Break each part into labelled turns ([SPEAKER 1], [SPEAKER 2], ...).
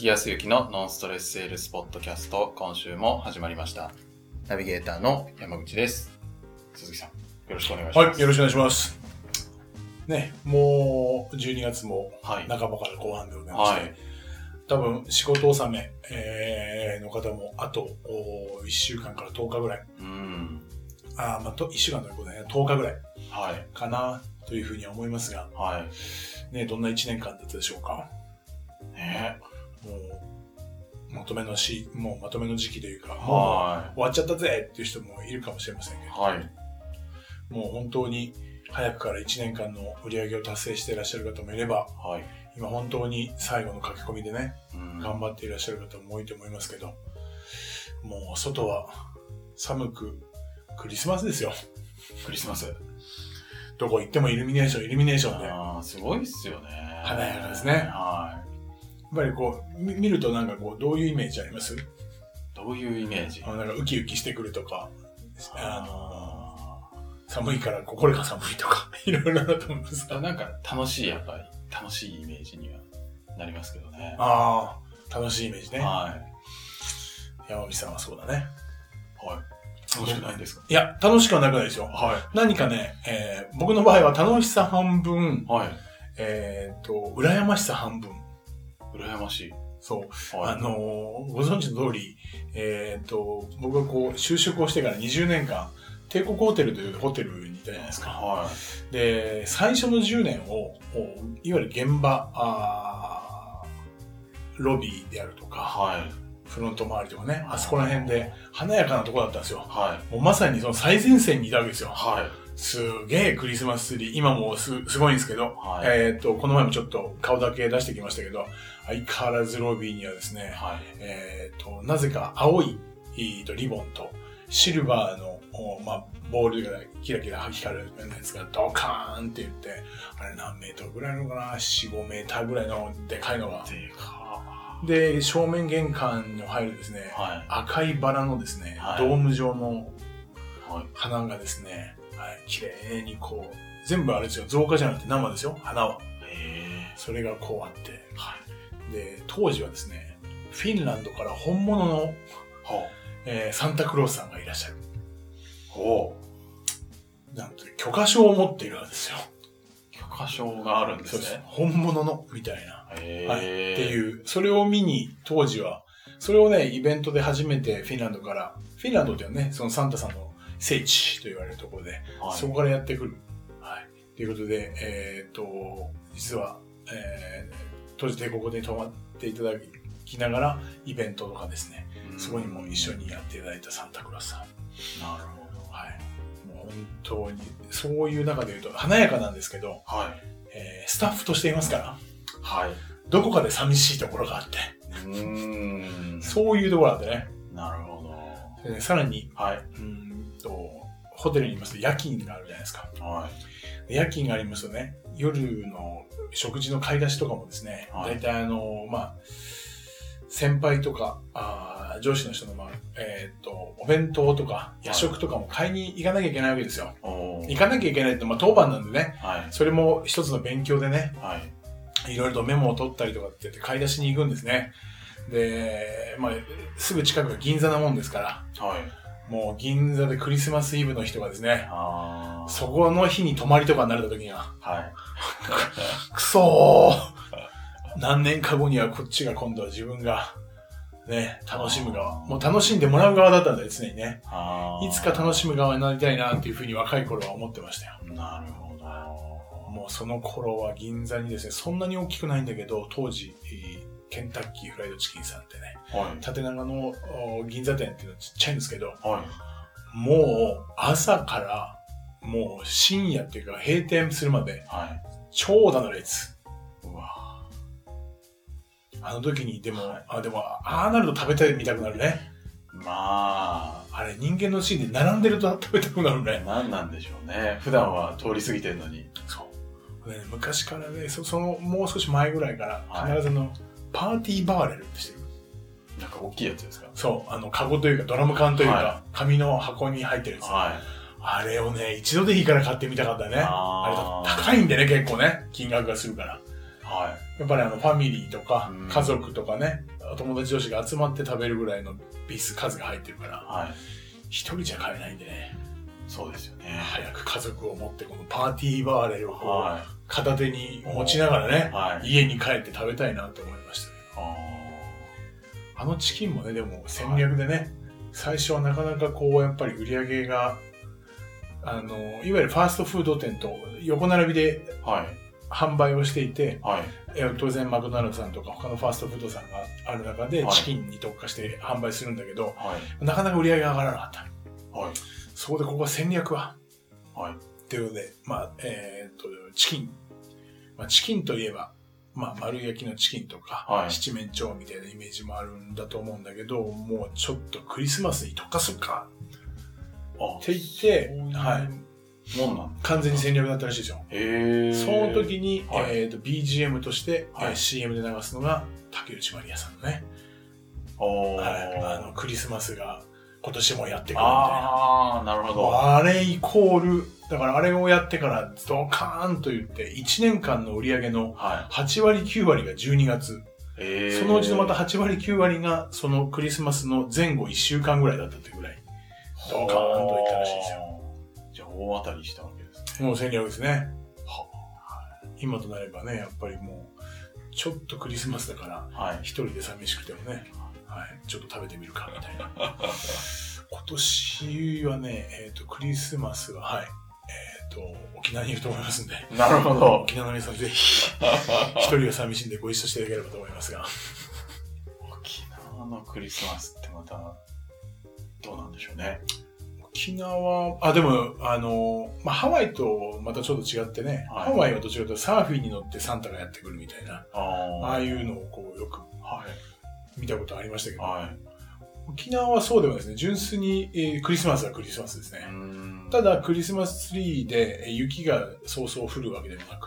[SPEAKER 1] 木康之のノンストレスセールスポッドキャスト、今週も始まりました。ナビゲーターの山口です。鈴木さん、よろしくお願いします。
[SPEAKER 2] はい、よろしくお願いします。ね、もう12月も半ばから後半でございまして、多分仕事納め、の方もあと1週間から10日ぐらい。1週間ということでね、10日ぐらいかなというふうには思いますが、ね、どんな1年間だったでしょうか。ね、もうまとめの時期というか、もう終わっちゃったぜっていう人もいるかもしれませんけど、もう本当に早くから1年間の売り上げを達成していらっしゃる方もいれば、今本当に最後の駆け込みでね、頑張っていらっしゃる方も多いと思いますけど、もう外は寒くクリスマスですよ。
[SPEAKER 1] クリスマス。
[SPEAKER 2] どこ行ってもイルミネーションで。
[SPEAKER 1] すごいっすよね。
[SPEAKER 2] 華やかですね。やっぱりこう、見るとなんかこう、どういうイメージあります？
[SPEAKER 1] どういうイメージ？
[SPEAKER 2] なんかウキウキしてくるとか、寒いから心が寒いとか、いろいろだと思いますが。
[SPEAKER 1] なんか楽しいイメージにはなりますけどね。
[SPEAKER 2] 楽しいイメージね。山口さんはそうだね。
[SPEAKER 1] 楽しくないんですか？
[SPEAKER 2] いや、楽しくはなくないですよ。何かね、僕の場合は楽しさ半分、羨ましさ半分。
[SPEAKER 1] 羨ましい。
[SPEAKER 2] そう。ご存知の通り、僕がこう、就職をしてから20年間、帝国ホテルというホテルにいたじゃないですか。で、最初の10年を、いわゆる現場、ロビーであるとか、フロント周りとかね、あそこら辺で華やかなところだったんですよ。もうまさにその最前線にいたわけですよ。すげえクリスマスツリー、今もすごいんですけど、この前もちょっと顔だけ出してきましたけど、相変わらずロビーにはですね、なぜか青いリボンとシルバーの、ボールがキラキラ光るやつがドカーンって言って、あれ何メートルぐらいのかな ?4、5メーターぐらいのでかいのが。で、正面玄関に入るですね、赤いバラのですね、ドーム状の花がですね、綺麗にこう、全部あれですよ、造花じゃなくて生ですよ、花は。それがこうあって、で、当時はですね、フィンランドから本物の、サンタクロースさんがいらっしゃる。なんと許可証を持っているわけですよ。
[SPEAKER 1] 許可証があるんですね。
[SPEAKER 2] そうです。本物の、みたいな。っていう、それを見に、当時は、それをね、イベントで初めてフィンランドから、フィンランドっていうのはね、そのサンタさんの聖地と言われるところで、そこからやってくる。ということで、実は、当時帝国で泊まっていただきながら、イベントとかですね、そこにも一緒にやっていただいたサンタクロースさん。
[SPEAKER 1] なるほど。
[SPEAKER 2] もう本当に、そういう中で言うと、華やかなんですけど、スタッフとしていますから、どこかで寂しいところがあって、そういうところがあってね。
[SPEAKER 1] なるほ
[SPEAKER 2] ど。さらに、ホテルにいますと夜勤があるじゃないですか。夜勤がありますとね、夜の食事の買い出しとかもですね、大体先輩とか、上司の人の、お弁当とか夜食とかも買いに行かなきゃいけないわけですよ。行かなきゃいけないって、当番なんでね、それも一つの勉強でね、いろいろとメモを取ったりとかって言って買い出しに行くんですね。で、すぐ近くが銀座なもんですから、もう銀座でクリスマスイブの人がですね、そこの日に泊まりとかになれた時には、くそー何年か後にはこっちが今度は自分がね、楽しむ側、もう楽しんでもらう側だったんだよ、常にね。いつか楽しむ側になりたいなっていうふうに若い頃は思ってましたよ。
[SPEAKER 1] なるほど。
[SPEAKER 2] もうその頃は銀座にですね、そんなに大きくないんだけど、当時、ケンタッキーフライドチキンさんってね、縦長の銀座店っていうのはちっちゃいんですけど、もう朝からもう深夜っていうか閉店するまで、長蛇の列。あの時にでもああなると食べたいみたくなるね。あれ人間のシーンで並んでると食べたくなるね。
[SPEAKER 1] 何なんでしょうね。普段は通り過ぎてるのに。
[SPEAKER 2] そう。昔からね、そのもう少し前ぐらいから必ずパーティーバーレルってしてる。
[SPEAKER 1] なんか大きいやつですか？
[SPEAKER 2] そう、カゴというかドラム缶というか、紙の箱に入ってるやつ。あれをね、一度でいいから買ってみたかったね。あれ高いんでね、結構ね、金額がするから。 やっぱりファミリーとか、家族とかね、友達同士が集まって食べるぐらいのピース数が入ってるから、一人じゃ買えないんでね。
[SPEAKER 1] そうですよね。
[SPEAKER 2] 早く家族を持って、このパーティーバーレルを片手に持ちながらね、家に帰って食べたいなと思いましたね。チキンもね、でも戦略でね、最初はなかなかやっぱり売り上げが、いわゆるファーストフード店と横並びで販売をしていて、当然マクドナルドさんとか他のファーストフードさんがある中でチキンに特化して販売するんだけど、なかなか売り上げが上がらなかった。そこでここは戦略は、ということで、チキン。チキンといえば、丸焼きのチキンとか、七面鳥みたいなイメージもあるんだと思うんだけど、もうちょっとクリスマスに特化するか。って言って、完全に戦略だったらしいですよ。その時に、BGM として、CM で流すのが竹内まりやさんのね。クリスマスが今年もやってくるみたいな。
[SPEAKER 1] なるほど。
[SPEAKER 2] あれイコール、だからあれをやってからドカーンと言って、1年間の売り上げの8割9割が12月。そのうちのまた8割9割がそのクリスマスの前後1週間ぐらいだったというぐらい。ドカーンといったらしいですよ。
[SPEAKER 1] じゃあ大当たりしたわけです
[SPEAKER 2] ね。もう戦略ですね。今となればね、やっぱりもう、ちょっとクリスマスだから、一人で寂しくてもね、ちょっと食べてみるか、みたいな。今年はね、クリスマスは、沖縄にいると思いますんで。
[SPEAKER 1] なるほど。
[SPEAKER 2] 沖縄の皆さんぜひ、一人は寂しいんでご一緒していただければと思いますが。
[SPEAKER 1] 沖縄のクリスマスってまた、どうなんでしょうね。
[SPEAKER 2] 沖縄、でも、ハワイとまたちょっと違ってね、ハワイはどちらかというとサーフィンに乗ってサンタがやってくるみたいな、ああいうのをよく見たことありましたけど、沖縄はそうではないですね。純粋に、クリスマスはクリスマスですね。ただ、クリスマスツリーで雪がそうそう降るわけでもなく、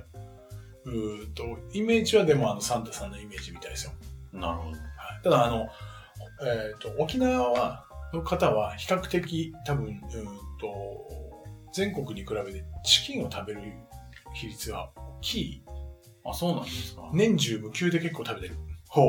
[SPEAKER 2] イメージはでもサンタさんのイメージみたいですよ。
[SPEAKER 1] なるほど。
[SPEAKER 2] ただ、沖縄の方は比較的多分、全国に比べてチキンを食べる比率が大きい。
[SPEAKER 1] そうなんですか。
[SPEAKER 2] 年中無休で結構食べてる。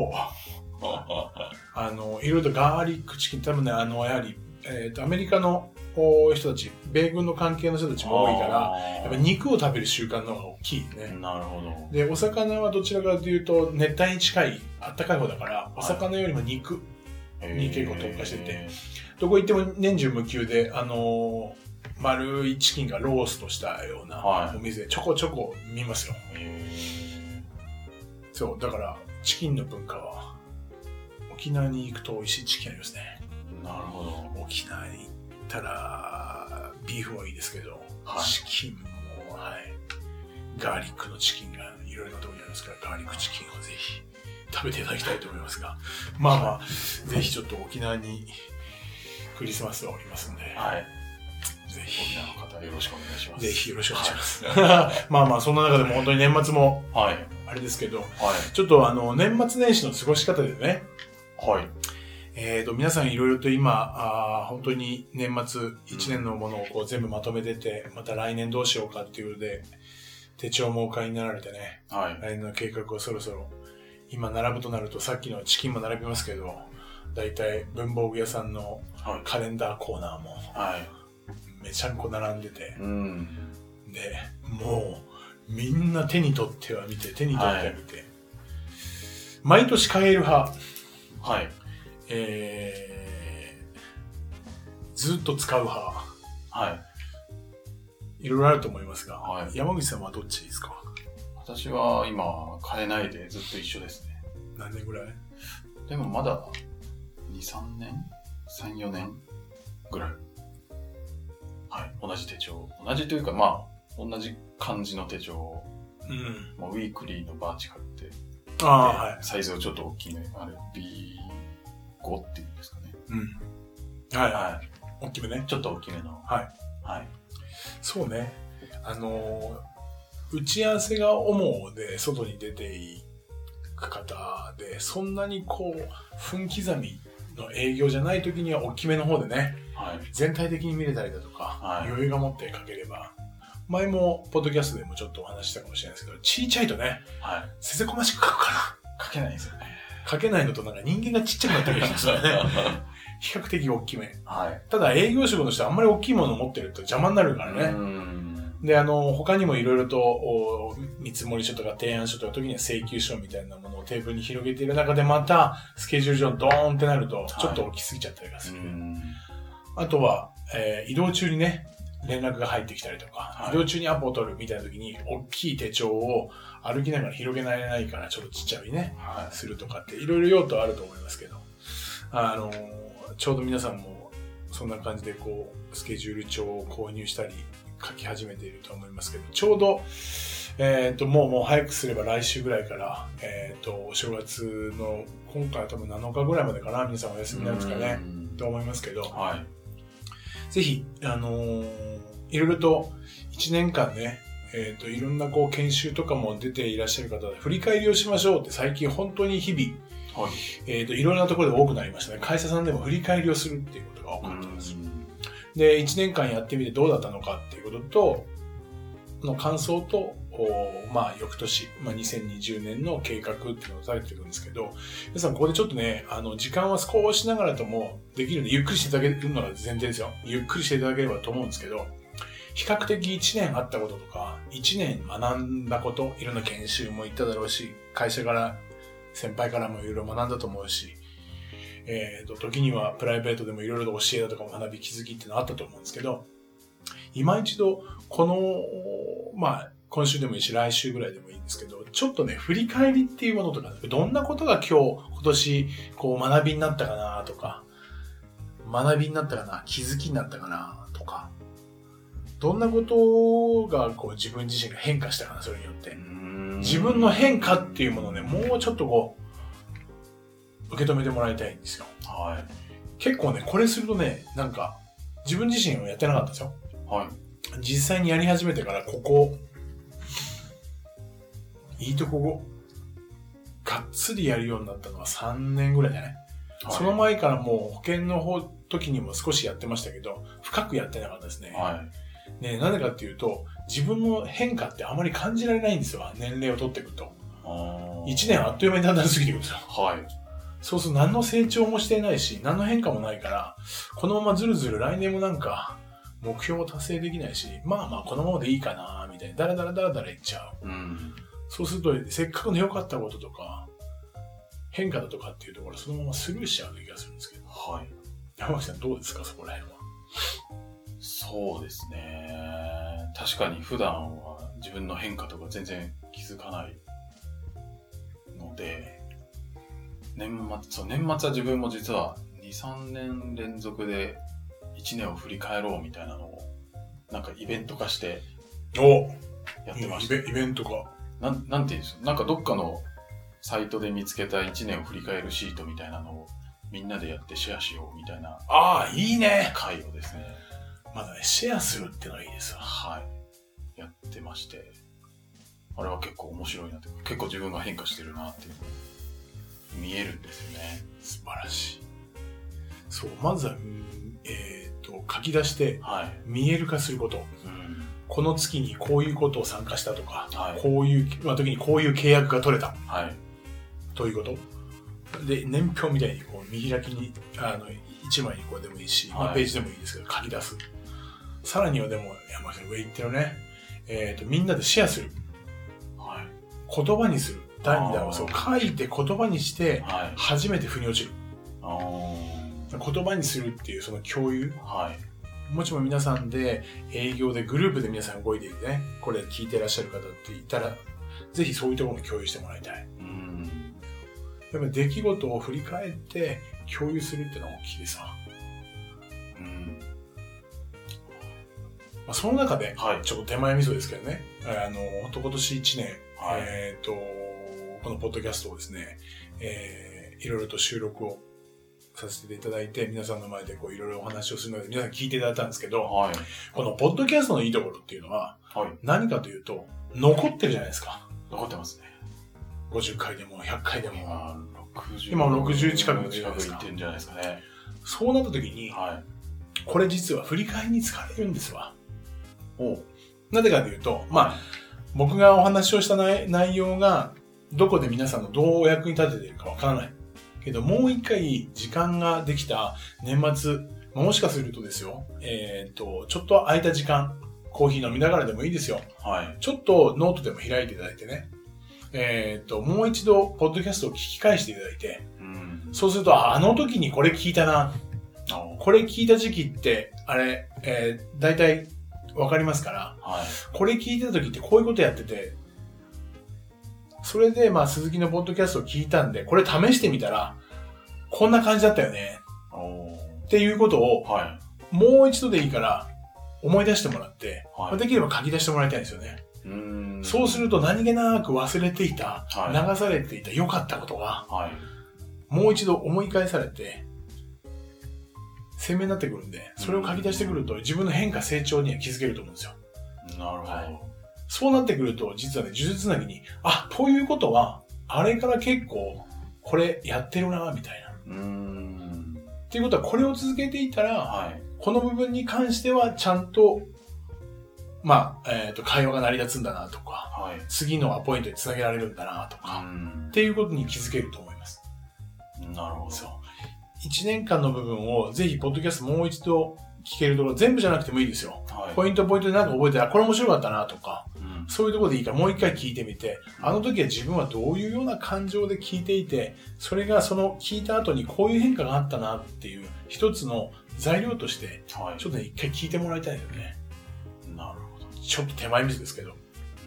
[SPEAKER 2] いろいろとガーリックチキン、多分ね、やはり、アメリカの人たち、米軍の関係の人たちも多いから、やっぱ肉を食べる習慣の方が大きいね。
[SPEAKER 1] なるほど。
[SPEAKER 2] で、お魚はどちらかというと、熱帯に近い、あったかい方だから、お魚よりも肉に結構特化してて、どこ行っても年中無休で、丸いチキンがローストしたようなお店でちょこちょこ見ますよ。そう、だから、チキンの文化は、沖縄に行くと美味しいチキンありますね。
[SPEAKER 1] なるほど。
[SPEAKER 2] 沖縄に行ったら、ビーフもいいですけど、チキンも、ガーリックのチキンがいろいろなところにありますから、ガーリックチキンをぜひ食べていただきたいと思いますが、ぜひちょっと沖縄にクリスマスがおりますんで、ぜひ。
[SPEAKER 1] 沖縄の方よろしくお願いします。
[SPEAKER 2] ぜひよろしくお願いします。そんな中でも本当に年末も、あれですけど、ちょっと年末年始の過ごし方でね、皆さんいろいろと今、本当に年末1年のものを全部まとめてて、また来年どうしようかっていうので、手帳もお買いになられてね、来年の計画をそろそろ、今並ぶとなるとさっきのチキンも並びますけど、だいたい文房具屋さんのカレンダーコーナーも、めちゃんこ並んでて、で、もうみんな手に取っては見て、毎年買える派、ずっと使う派、いろいろあると思いますが、山口さんはどっちですか？
[SPEAKER 1] 私は今買えないでずっと一緒ですね。
[SPEAKER 2] 何年ぐらい？
[SPEAKER 1] でもまだ2、3年 ?3、4年ぐらい。同じ手帳。同じというか同じ感じの手帳を、ウィークリーのバーチ買って、サイズをちょっと大きめ、B5 っていうんですかね。
[SPEAKER 2] 大きめね。
[SPEAKER 1] ちょっと大きめの。
[SPEAKER 2] そうね。打ち合わせが主で外に出ていく方で、そんなに分刻みの営業じゃない時には大きめの方でね、全体的に見れたりだとか、余裕が持ってかければ、 前もポッドキャストでもちょっとお話したかもしれないですけど、ちいちゃいとね、
[SPEAKER 1] はい。
[SPEAKER 2] せせこましく書くか
[SPEAKER 1] 書けないんですよね。
[SPEAKER 2] ら。書けないのとなんか人間がちっちゃくなってるんですよね。比較的大きめ。
[SPEAKER 1] はい。
[SPEAKER 2] ただ営業職の人はあんまり大きいものを持ってると邪魔になるからね。で、他にもいろいろと、見積書とか提案書とか時には請求書みたいなものをテーブルに広げている中でまた、スケジュール上ドーンってなると、ちょっと大きすぎちゃったりする。あとは、移動中にね、連絡が入ってきたりとか、移動中にアポを取るみたいな時に、大きい手帳を歩きながら広げられないから、ちょっとちっちゃいね、するとかって、いろいろ用途あると思いますけど、ちょうど皆さんも、そんな感じでこう、スケジュール帳を購入したり、書き始めていると思いますけど、ちょうど、もう早くすれば来週ぐらいから、お正月の、今回は多分7日ぐらいまでかな、皆さんお休みなんですかね、と思いますけど、
[SPEAKER 1] はい。
[SPEAKER 2] ぜひ、いろいろと1年間ね、いろんなこう研修とかも出ていらっしゃる方で振り返りをしましょうって最近本当に日々、はい、いろんなところで多くなりましたね。会社さんでも振り返りをするっていうことが多かったんですよ。で、1年間やってみてどうだったのかっていうことと、の感想と、翌年、2020年の計画っていうのをされてるんですけど、皆さんここでちょっとね、時間は少しながらともできるので、ゆっくりしていただけるのが前提ですよ。ゆっくりしていただければと思うんですけど、比較的1年あったこととか、1年学んだこと、いろんな研修も行っただろうし、会社から、先輩からもいろいろ学んだと思うし、時にはプライベートでもいろいろと教えだとか学び気づきっていうのはあったと思うんですけど、今一度、この、今週でもいいし、来週ぐらいでもいいんですけど、ちょっとね、振り返りっていうものとか、どんなことが今年、こう学びになったかなとか、学びになったかな、気づきになったかなとか、どんなことがこう自分自身が変化したかな、それによって。自分の変化っていうものをね、もうちょっとこう、受け止めてもらいたいんですよ。はい。結構ね、これするとね、なんか、自分自身はやってなかったんですよ。はい。実際にやり始めてから、いいとこがっつりやるようになったのは3年ぐらいじゃない、はい、その前からもう保険の時にも少しやってましたけど、深くやってなかったですね。はい。ね、なぜかっていうと、自分の変化ってあまり感じられないんですよ。年齢を取っていくと。1年あっという間にだんだん過ぎていくんですよ。はい。そうすると何の成長もしていないし、何の変化もないから、このままずるずる来年もなんか、目標を達成できないし、このままでいいかなみたいな、だらだらいっちゃう。そうすると、せっかくの良かったこととか、変化だとかっていうところ、そのままスルーしちゃう気がするんですけど。はい。山脇さんどうですか、そこら辺は。
[SPEAKER 1] そうですね。確かに普段は自分の変化とか全然気づかないので、年末は自分も実は2、3年連続で1年を振り返ろうみたいなのを、なんかイベント化してやってました。
[SPEAKER 2] イベント化。
[SPEAKER 1] なんて言うんですか、なんかどっかのサイトで見つけた1年を振り返るシートみたいなのをみんなでやってシェアしようみたいな。
[SPEAKER 2] ああ、いいね。
[SPEAKER 1] 会をですね。
[SPEAKER 2] まだね、シェアするってのはいいですわ。
[SPEAKER 1] はい。やってまして、あれは結構面白いなって、結構自分が変化してるなっていうのが見えるんですよね。
[SPEAKER 2] 素晴らしい。そう、まずは、書き出して、見える化すること。この月にこういうことを参加したとか、こういう、時にこういう契約が取れた。ということ。で、年表みたいにこう見開きに、1枚にこうでもいいし、ページでもいいですけど、書き出す。さらにはでも、山下さん上言ってるね、みんなでシェアする。言葉にする。第2弾はそう書いて言葉にして、初めて腑に落ちる。言葉にするっていうその共有。もちろん皆さんで営業でグループで皆さん動いていてね、これ聞いてらっしゃる方っていたら、ぜひそういうところも共有してもらいたい。やっぱり出来事を振り返って共有するっていうのは大きいですわ。その中で、ちょっと手前味噌ですけどね、本当今年1年、このポッドキャストをですね、いろいろと収録をさせていただいて、皆さんの前でこういろいろお話をするので、皆さん聞いていただいたんですけど、このポッドキャストのいいところっていうのは、何かというと、残ってるじゃないですか。
[SPEAKER 1] 残ってますね。
[SPEAKER 2] 50回でも100回でも。
[SPEAKER 1] 今
[SPEAKER 2] 60近く
[SPEAKER 1] いってるんじゃないですかね。
[SPEAKER 2] そうなった時に、これ実は振り返りに使えるんですわ。 なぜかというと、僕がお話をした内容が、どこで皆さんのどうお役に立てているかわからない。けど、もう一回時間ができた年末、もしかするとですよ、ちょっと空いた時間、コーヒー飲みながらでもいいですよ。ちょっとノートでも開いていただいてね。もう一度、ポッドキャストを聞き返していただいて、そうすると、あの時にこれ聞いたな。これ聞いた時期って、だいたいわかりますから、これ聞いてた時ってこういうことやってて、それで、鈴木のポッドキャストを聞いたんで、これ試してみたら、こんな感じだったよね。っていうことを、もう一度でいいから、思い出してもらって、できれば書き出してもらいたいんですよね。そうすると何気なく忘れていた、流されていた良かったことが、もう一度思い返されて、鮮明になってくるんで、それを書き出してくると自分の変化成長には気づけると思うんですよ。
[SPEAKER 1] なるほど。
[SPEAKER 2] そうなってくると、実はね、呪術つなぎに、ということは、あれから結構、これやってるな、みたいな。っていうことは、これを続けていたら、この部分に関しては、ちゃんと、会話が成り立つんだな、とか、次のアポイントにつなげられるんだな、とか、っていうことに気づけると思います。
[SPEAKER 1] なるほど。
[SPEAKER 2] そう。1年間の部分を、ぜひ、ポッドキャストもう一度聞けるところ、全部じゃなくてもいいですよ。ポイントでなんか覚えて、これ面白かったな、とか、そういうところでいいからもう一回聞いてみて、あの時は自分はどういうような感情で聞いていて、それがその聞いた後にこういう変化があったなっていう一つの材料として、ちょっとね、一回聞いてもらいたいよね。
[SPEAKER 1] なるほど。
[SPEAKER 2] ちょっと手前味噌ですけど。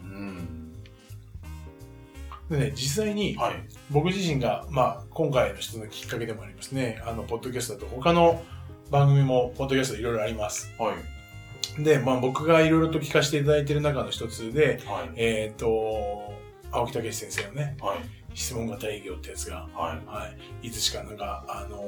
[SPEAKER 2] でね、実際に、僕自身が、今回の一つのきっかけでもありますね。ポッドキャストだと他の番組も、ポッドキャストいろいろあります。で、僕がいろいろと聞かせていただいている中の一つで、青木武先生のね、質問型営業ってやつが、いつしかなんか、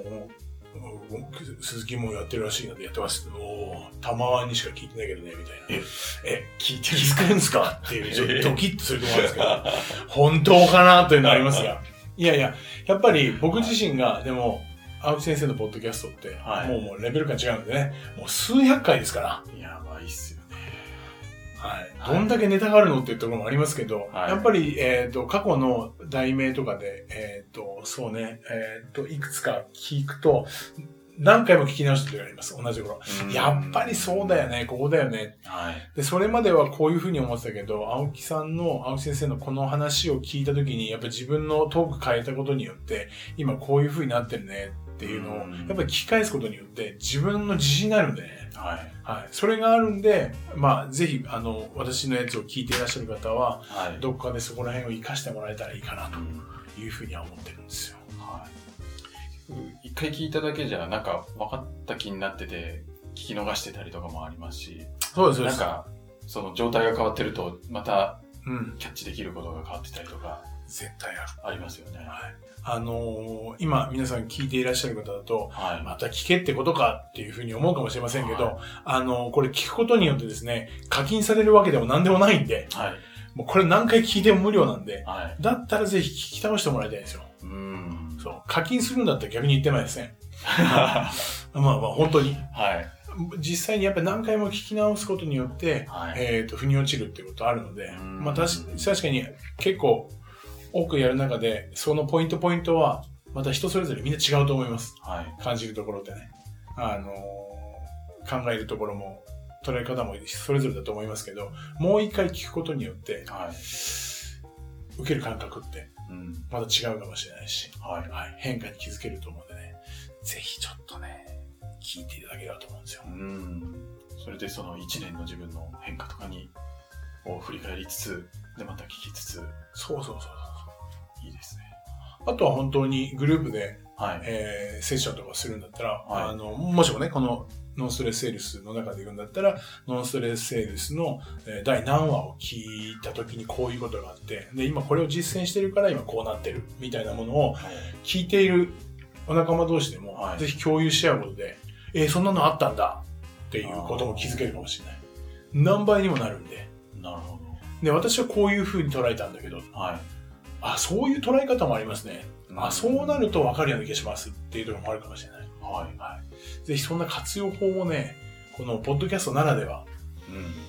[SPEAKER 2] 鈴木もやってるらしいのでやってますけど、たまにしか聞いてないけどね、みたいな。聞いてるんですかっていう、ちょっとドキッとすると思うんですけど、本当かなというのはありますが。いやいや、やっぱり僕自身が、でも、青木先生のポッドキャストって、もうレベル感違うんでね、もう数百回ですから。
[SPEAKER 1] やばいっすよね。
[SPEAKER 2] どんだけネタがあるのっていうところもありますけど、やっぱり、過去の題名とかで、そうね、いくつか聞くと、何回も聞き直した時があります。同じ頃。やっぱりそうだよね、ここだよね。で、それまではこういうふうに思ってたけど、青木先生のこの話を聞いた時に、やっぱり自分のトーク変えたことによって、今こういうふうになってるねっていうのを、やっぱり聞き返すことによって、自分の自信になるんでね。それがあるんで、ぜひ、私のやつを聞いていらっしゃる方は、どこかでそこら辺を活かしてもらえたらいいかなというふうには思ってるんですよ。
[SPEAKER 1] 一回聞いただけじゃ、なんか分かった気になってて、聞き逃してたりとかもありますし、
[SPEAKER 2] そうです。
[SPEAKER 1] なんか、その状態が変わってると、また、キャッチできることが変わってたりとか、
[SPEAKER 2] 絶対
[SPEAKER 1] ありますよね。
[SPEAKER 2] 今皆さん聞いていらっしゃる方だと、また聞けってことかっていうふうに思うかもしれませんけど、これ聞くことによってですね、課金されるわけでも何でもないんで、もうこれ何回聞いても無料なんで、だったらぜひ聞き倒してもらいたいんですよ。そう。課金するんだったら逆に言ってないですね。本当に。実際にやっぱり何回も聞き直すことによって、腑に落ちるっていうことあるので、確かに結構多くやる中で、そのポイントは、また人それぞれみんな違うと思います。感じるところってね。考えるところも、捉え方もそれぞれだと思いますけど、もう一回聞くことによって、受ける感覚って、また違うかもしれないし、変化に気づけると思うんでね、ぜひちょっとね、聞いていただければと思うんですよ。
[SPEAKER 1] それでその1年の自分の変化とかを振り返りつつ、でまた聞きつつ。
[SPEAKER 2] そう。
[SPEAKER 1] いいですね。
[SPEAKER 2] あとは本当にグループで、セッションとかするんだったら、もしもね、このノンストレスセールスの中で言うんだったら、ノンストレスセールスの第何話を聞いた時にこういうことがあって、で、今これを実践してるから今こうなってるみたいなものを聞いているお仲間同士でも、ぜひ共有し合うことで、そんなのあったんだっていうことも気づけるかもしれない。何倍にもなるんで。
[SPEAKER 1] なるほど。
[SPEAKER 2] で、私はこういう風に捉えたんだけど、そういう捉え方もありますね。そうなると分かるような気がしますっていうところもあるかもしれない。ぜひそんな活用法をね、このポッドキャストならでは、普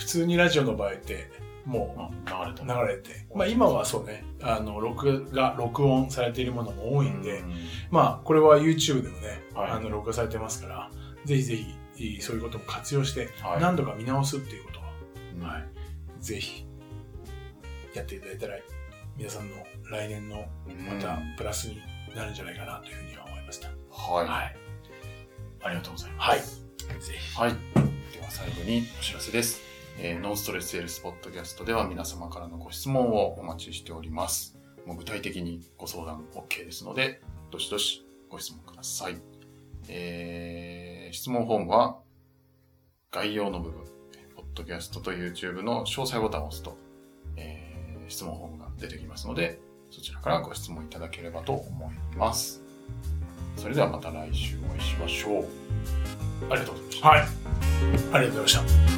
[SPEAKER 2] 普通にラジオの場合って、もう流れて。まあ今はそうね、録音されているものも多いんで、まあこれは YouTube でもね、録画されてますから、ぜひぜひそういうことも活用して、何度か見直すっていうことは、ぜひやっていただいたら、皆さんの来年のまたプラスになるんじゃないかなというふうには思いました。
[SPEAKER 1] はい。ありがとうございます。
[SPEAKER 2] はい。ぜひ。
[SPEAKER 1] はい。では最後にお知らせです。ノンストレスセールスポッドキャストでは皆様からのご質問をお待ちしております。もう具体的にご相談 OK ですので、どしどしご質問ください。質問フォームは概要の部分、ポッドキャストと YouTube の詳細ボタンを押すと、質問フォームが出てきますので、そちらからご質問いただければと思います。それではまた来週お会いしましょう。ありがとうございました。
[SPEAKER 2] はい。ありがとうございました。